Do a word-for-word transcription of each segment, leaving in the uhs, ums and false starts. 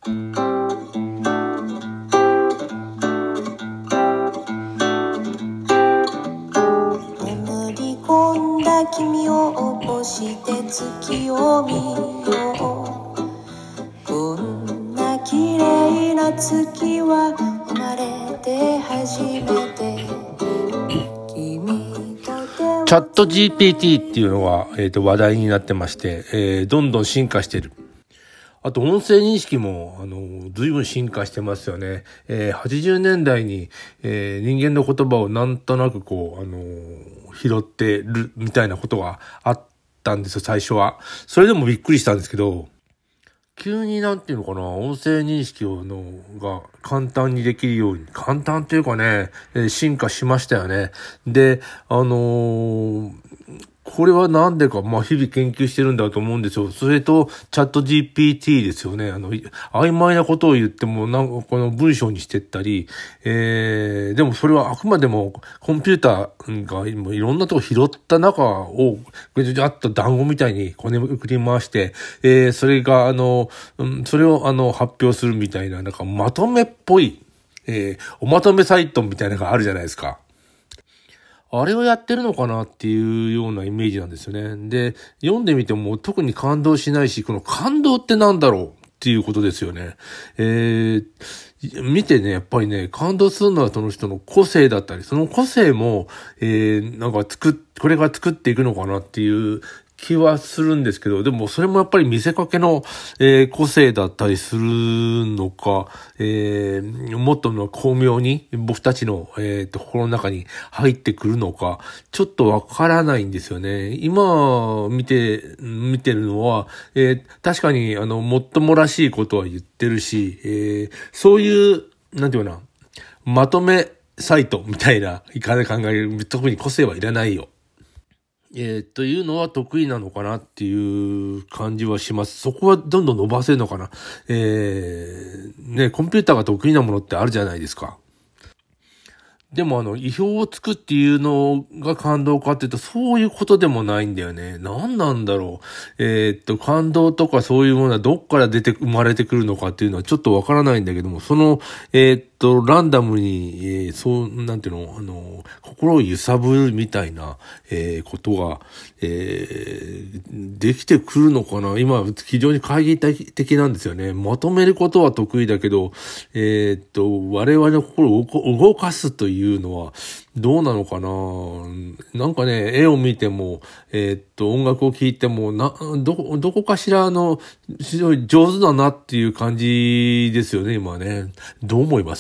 眠り込んだ君を起こして月を見よう。こんな綺麗な月は生まれて初めて。 チャット ジーピーティー っていうのが、えーと、話題になってまして、えー、どんどん進化している。あと音声認識も、あの、随分進化してますよね。えー、はちじゅうねんだいに、えー、人間の言葉をなんとなくこう、あのー、拾ってるみたいなことがあったんですよ、最初は。それでもびっくりしたんですけど、急になんていうのかな、音声認識をのが簡単にできるように、簡単というかね、えー、進化しましたよね。で、あのー、これはなんでか、まあ、日々研究してるんだと思うんですよ。それと、チャット ジーピーティー ですよね。あの、曖昧なことを言っても、なんかこの文章にしてったり、えー、でもそれはあくまでもコンピューターがいろんなとこ拾った中を、ぐじゃぐじゃっと団子みたいにこねくり回して、えー、それが、あの、うん、それをあの、発表するみたいな、なんかまとめっぽい、えー、おまとめサイトみたいなのがあるじゃないですか。あれをやってるのかなっていうようなイメージなんですよね。で、読んでみても特に感動しないし、この感動ってなんだろうっていうことですよね。えー、見てね、やっぱりね、感動するのはその人の個性だったり、その個性も、えー、なんか作っ、これが作っていくのかなっていう気はするんですけど、でもそれもやっぱり見せかけの、えー、個性だったりするのか、えー、もっとの巧妙に僕たちの、えー、と心の中に入ってくるのか、ちょっとわからないんですよね。今見て、見てるのは、えー、確かにあの、もっともらしいことは言ってるし、えー、そういう、なんていうかな、まとめサイトみたいな、いかない考える、特に個性はいらないよ。えー、というのは得意なのかなっていう感じはします。そこはどんどん伸ばせるのかな。えー、ね、コンピューターが得意なものってあるじゃないですか。でもあの、意表をつくっていうのが感動かっていうと、そういうことでもないんだよね。何なんだろう。えー、っと、感動とかそういうものはどっから出て、生まれてくるのかっていうのはちょっとわからないんだけども、その、えー、っと、ランダムに、えー、そう、なんていうの、あの、心を揺さぶるみたいな、えー、ことが、えー、できてくるのかな。今、非常に懐疑的なんですよね。まとめることは得意だけど、えー、っと、我々の心を動かすといういうのはどうなのかな。なんかね、絵を見ても、えー、っと、音楽を聴いても、な、ど、どこかしらの、非常に上手だなっていう感じですよね、今ね。どう思います？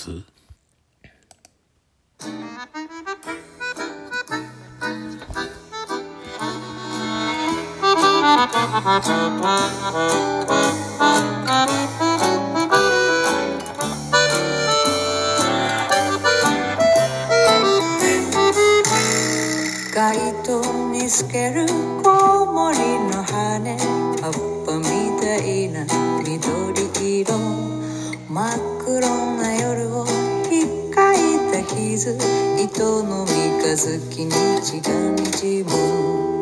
街灯に透けるコウモリの羽、葉っぱみたいな緑色、真っ黒な夜をひっかいた傷、糸の三日月に血がにじむ。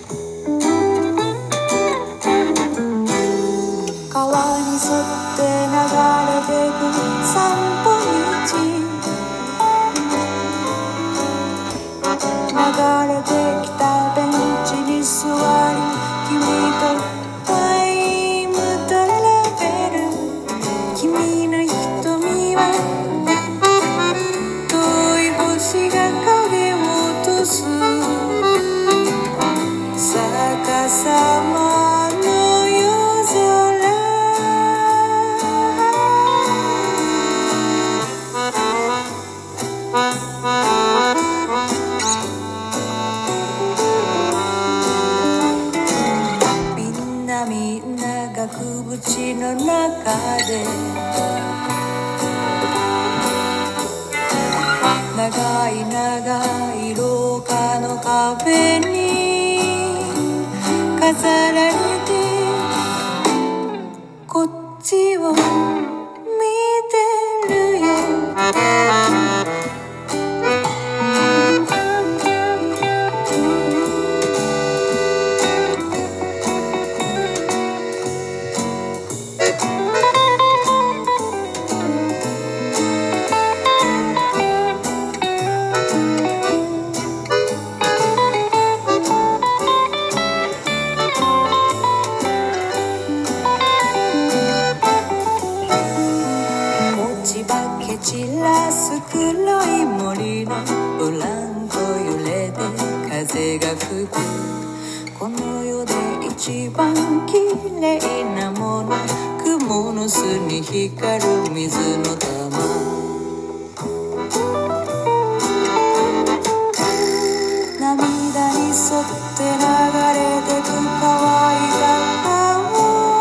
川に沿って流れてく散歩道、流れてきたベンチに座り、君とタイムトラベル、君の瞳は遠い星が影を落とす、逆さまの夜空。額縁の中で長い長い廊下の壁に飾られて、こっちを見てるよ。 この世で一番綺麗なもの、雲の巣に光る水の玉。涙に沿って流れてく乾いた川、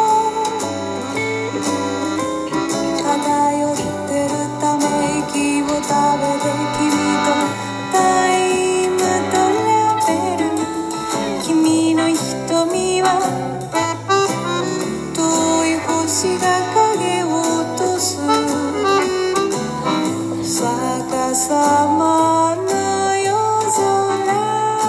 漂ってるため息を食べて君とタイムトラベル。君の瞳は遠い星が影を落とす逆さまの夜空。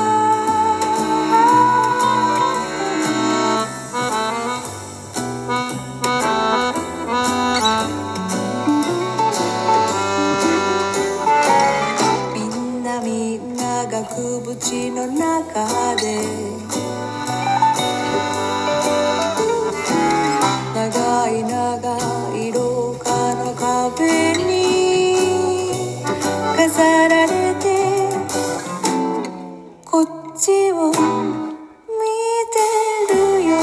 みんなみんながくぶちの中で長い長い廊下の壁に飾られてこっちを見てるよ。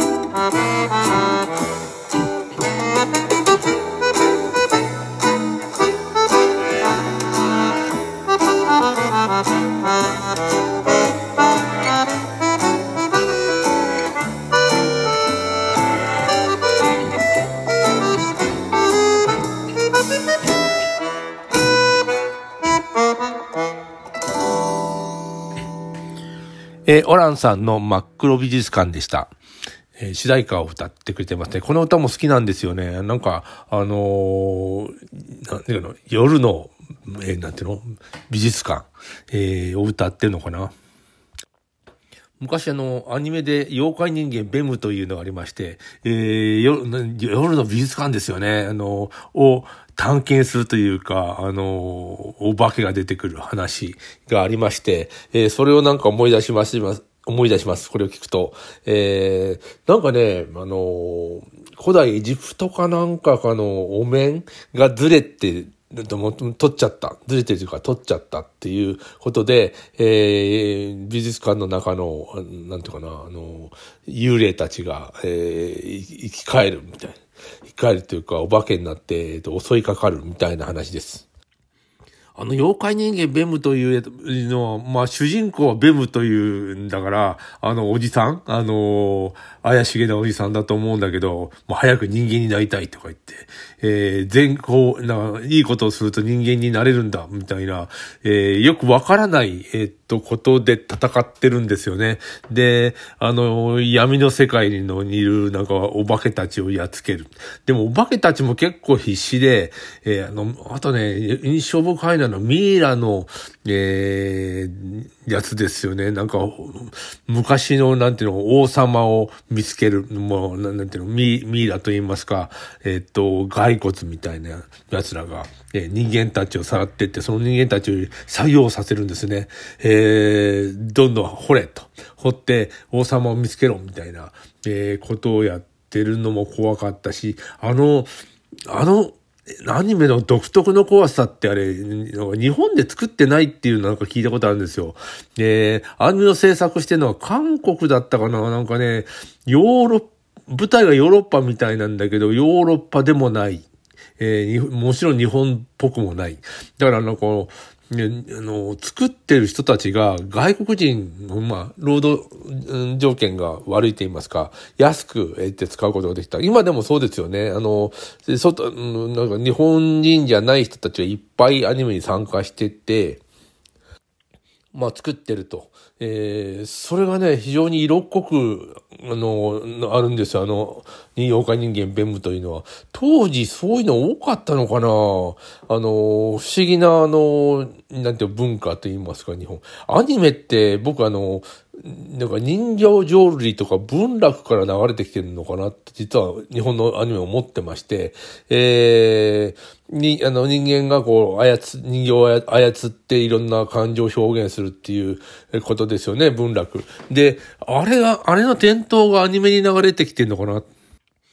えー、オランさんの真っ黒美術館でした。えー、主題歌を歌ってくれてますね。この歌も好きなんですよね。なんか、あのー、なんていうの、夜の、えー、なんていうの、美術館、えー、を歌ってるのかな。昔あの、アニメで妖怪人間ベムというのがありまして、えー、夜、夜の美術館ですよね。あの、を探検するというか、あの、お化けが出てくる話がありまして、えー、それをなんか思い出します、思い出します。これを聞くと。えー、なんかね、あの、古代エジプトかなんかかのお面がずれて、取っちゃった。ずれてるというか取っちゃったっていうことで、えー、美術館の中の、なんていうかな、あの、幽霊たちが、えー、生き返るみたいな。生き返るというか、お化けになって、えー、襲いかかるみたいな話です。あの、妖怪人間ベムというのは、まあ、主人公はベムというんだから、あの、おじさんあの、怪しげなおじさんだと思うんだけど、もう早く人間になりたいとか言って、えー、全こう、ないいことをすると人間になれるんだ、みたいな、えー、よくわからない、えー、っと、ことで戦ってるんですよね。で、あの、闇の世界のにいる、なんか、お化けたちをやっつける。でも、お化けたちも結構必死で、えー、あの、あとね、印象深いのミイラの、えー、やつですよね。なんか、昔の、なんていうの、王様を見つける、もう、なんていうの、ミ, ミイラと言いますか、えっと、骸骨みたいな奴らが、えー、人間たちをさらってって、その人間たちを作業させるんですね。えー、どんどん掘れと。掘って、王様を見つけろ、みたいな、えー、ことをやってるのも怖かったし、あの、あの、アニメの独特の怖さってあれ、日本で作ってないっていうのなんか聞いたことあるんですよ。で、アニメの制作してるのは韓国だったかな、なんかね、ヨーロッパ、舞台がヨーロッパみたいなんだけど、ヨーロッパでもない。えー、もちろん日本っぽくもない。だからあの、この、ね、あの、作ってる人たちが外国人の、まあ、労働条件が悪いと言いますか、安く、えー、って使うことができた。今でもそうですよね。あの、外、なんか日本人じゃない人たちがいっぱいアニメに参加してて、まあ、作ってると。えー、それがね、非常に色濃く、あの、あるんですよ。あの、妖怪人間ベムというのは。当時そういうの多かったのかな。あの、不思議な、あの、なんていう文化と言いますか、日本。アニメって僕あの、なんか人形浄瑠璃とか文楽から流れてきてるのかなって実は日本のアニメを持ってまして、えー、に、あの人間がこう操、人形を操っていろんな感情を表現するっていうことですよね、文楽。で、あれが、あれの伝統がアニメに流れてきてるのかな。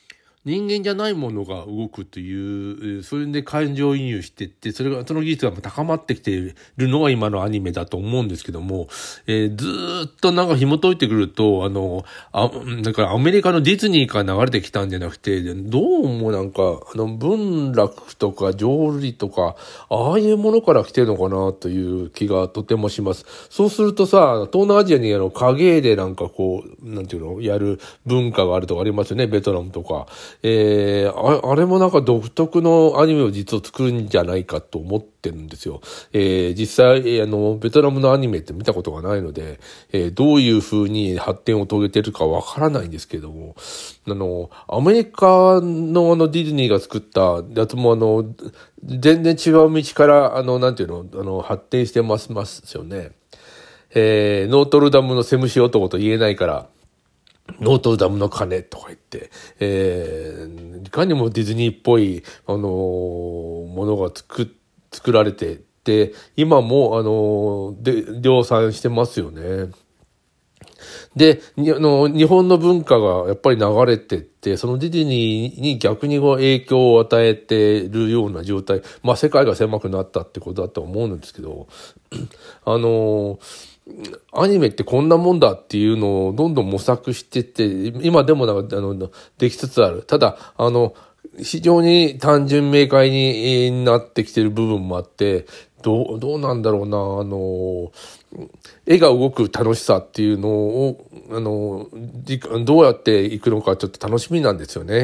人間じゃないものが動くという、それで感情移入していって、それが、その技術が高まってきているのが今のアニメだと思うんですけども、えー、ずーっとなんか紐解いてくると、あの、あ、だからアメリカのディズニーから流れてきたんじゃなくて、どうもなんか、あの、文楽とか浄瑠璃とか、ああいうものから来てるのかなという気がとてもします。そうするとさ、東南アジアにあの、影絵でなんかこう、なんていうの、やる文化があるとかありますよね、ベトナムとか。えー、あ, あれもなんか独特のアニメを実は作るんじゃないかと思ってるんですよ。えー、実際、えー、あの、ベトナムのアニメって見たことがないので、えー、どういう風に発展を遂げてるかわからないんですけども、あの、アメリカのあのディズニーが作ったやつもあの、全然違う道から、あの、なんていうの、あの、発展してます、ますよね。えー、ノートルダムのセムシ男と言えないから、ノートルダムの鐘とか言って、えー、いかにもディズニーっぽい、あのー、ものが作、作られて、で、今も、あのー、で、量産してますよね。で、あの、日本の文化がやっぱり流れてって、そのディズニーに逆に影響を与えているような状態、まあ世界が狭くなったってことだと思うんですけど、あのー、アニメってこんなもんだっていうのをどんどん模索してて、今でもなんかあのできつつある。ただ、あの、非常に単純明快になってきてる部分もあって、どう、どうなんだろうな、あの、絵が動く楽しさっていうのを、あの、どうやっていくのかちょっと楽しみなんですよね。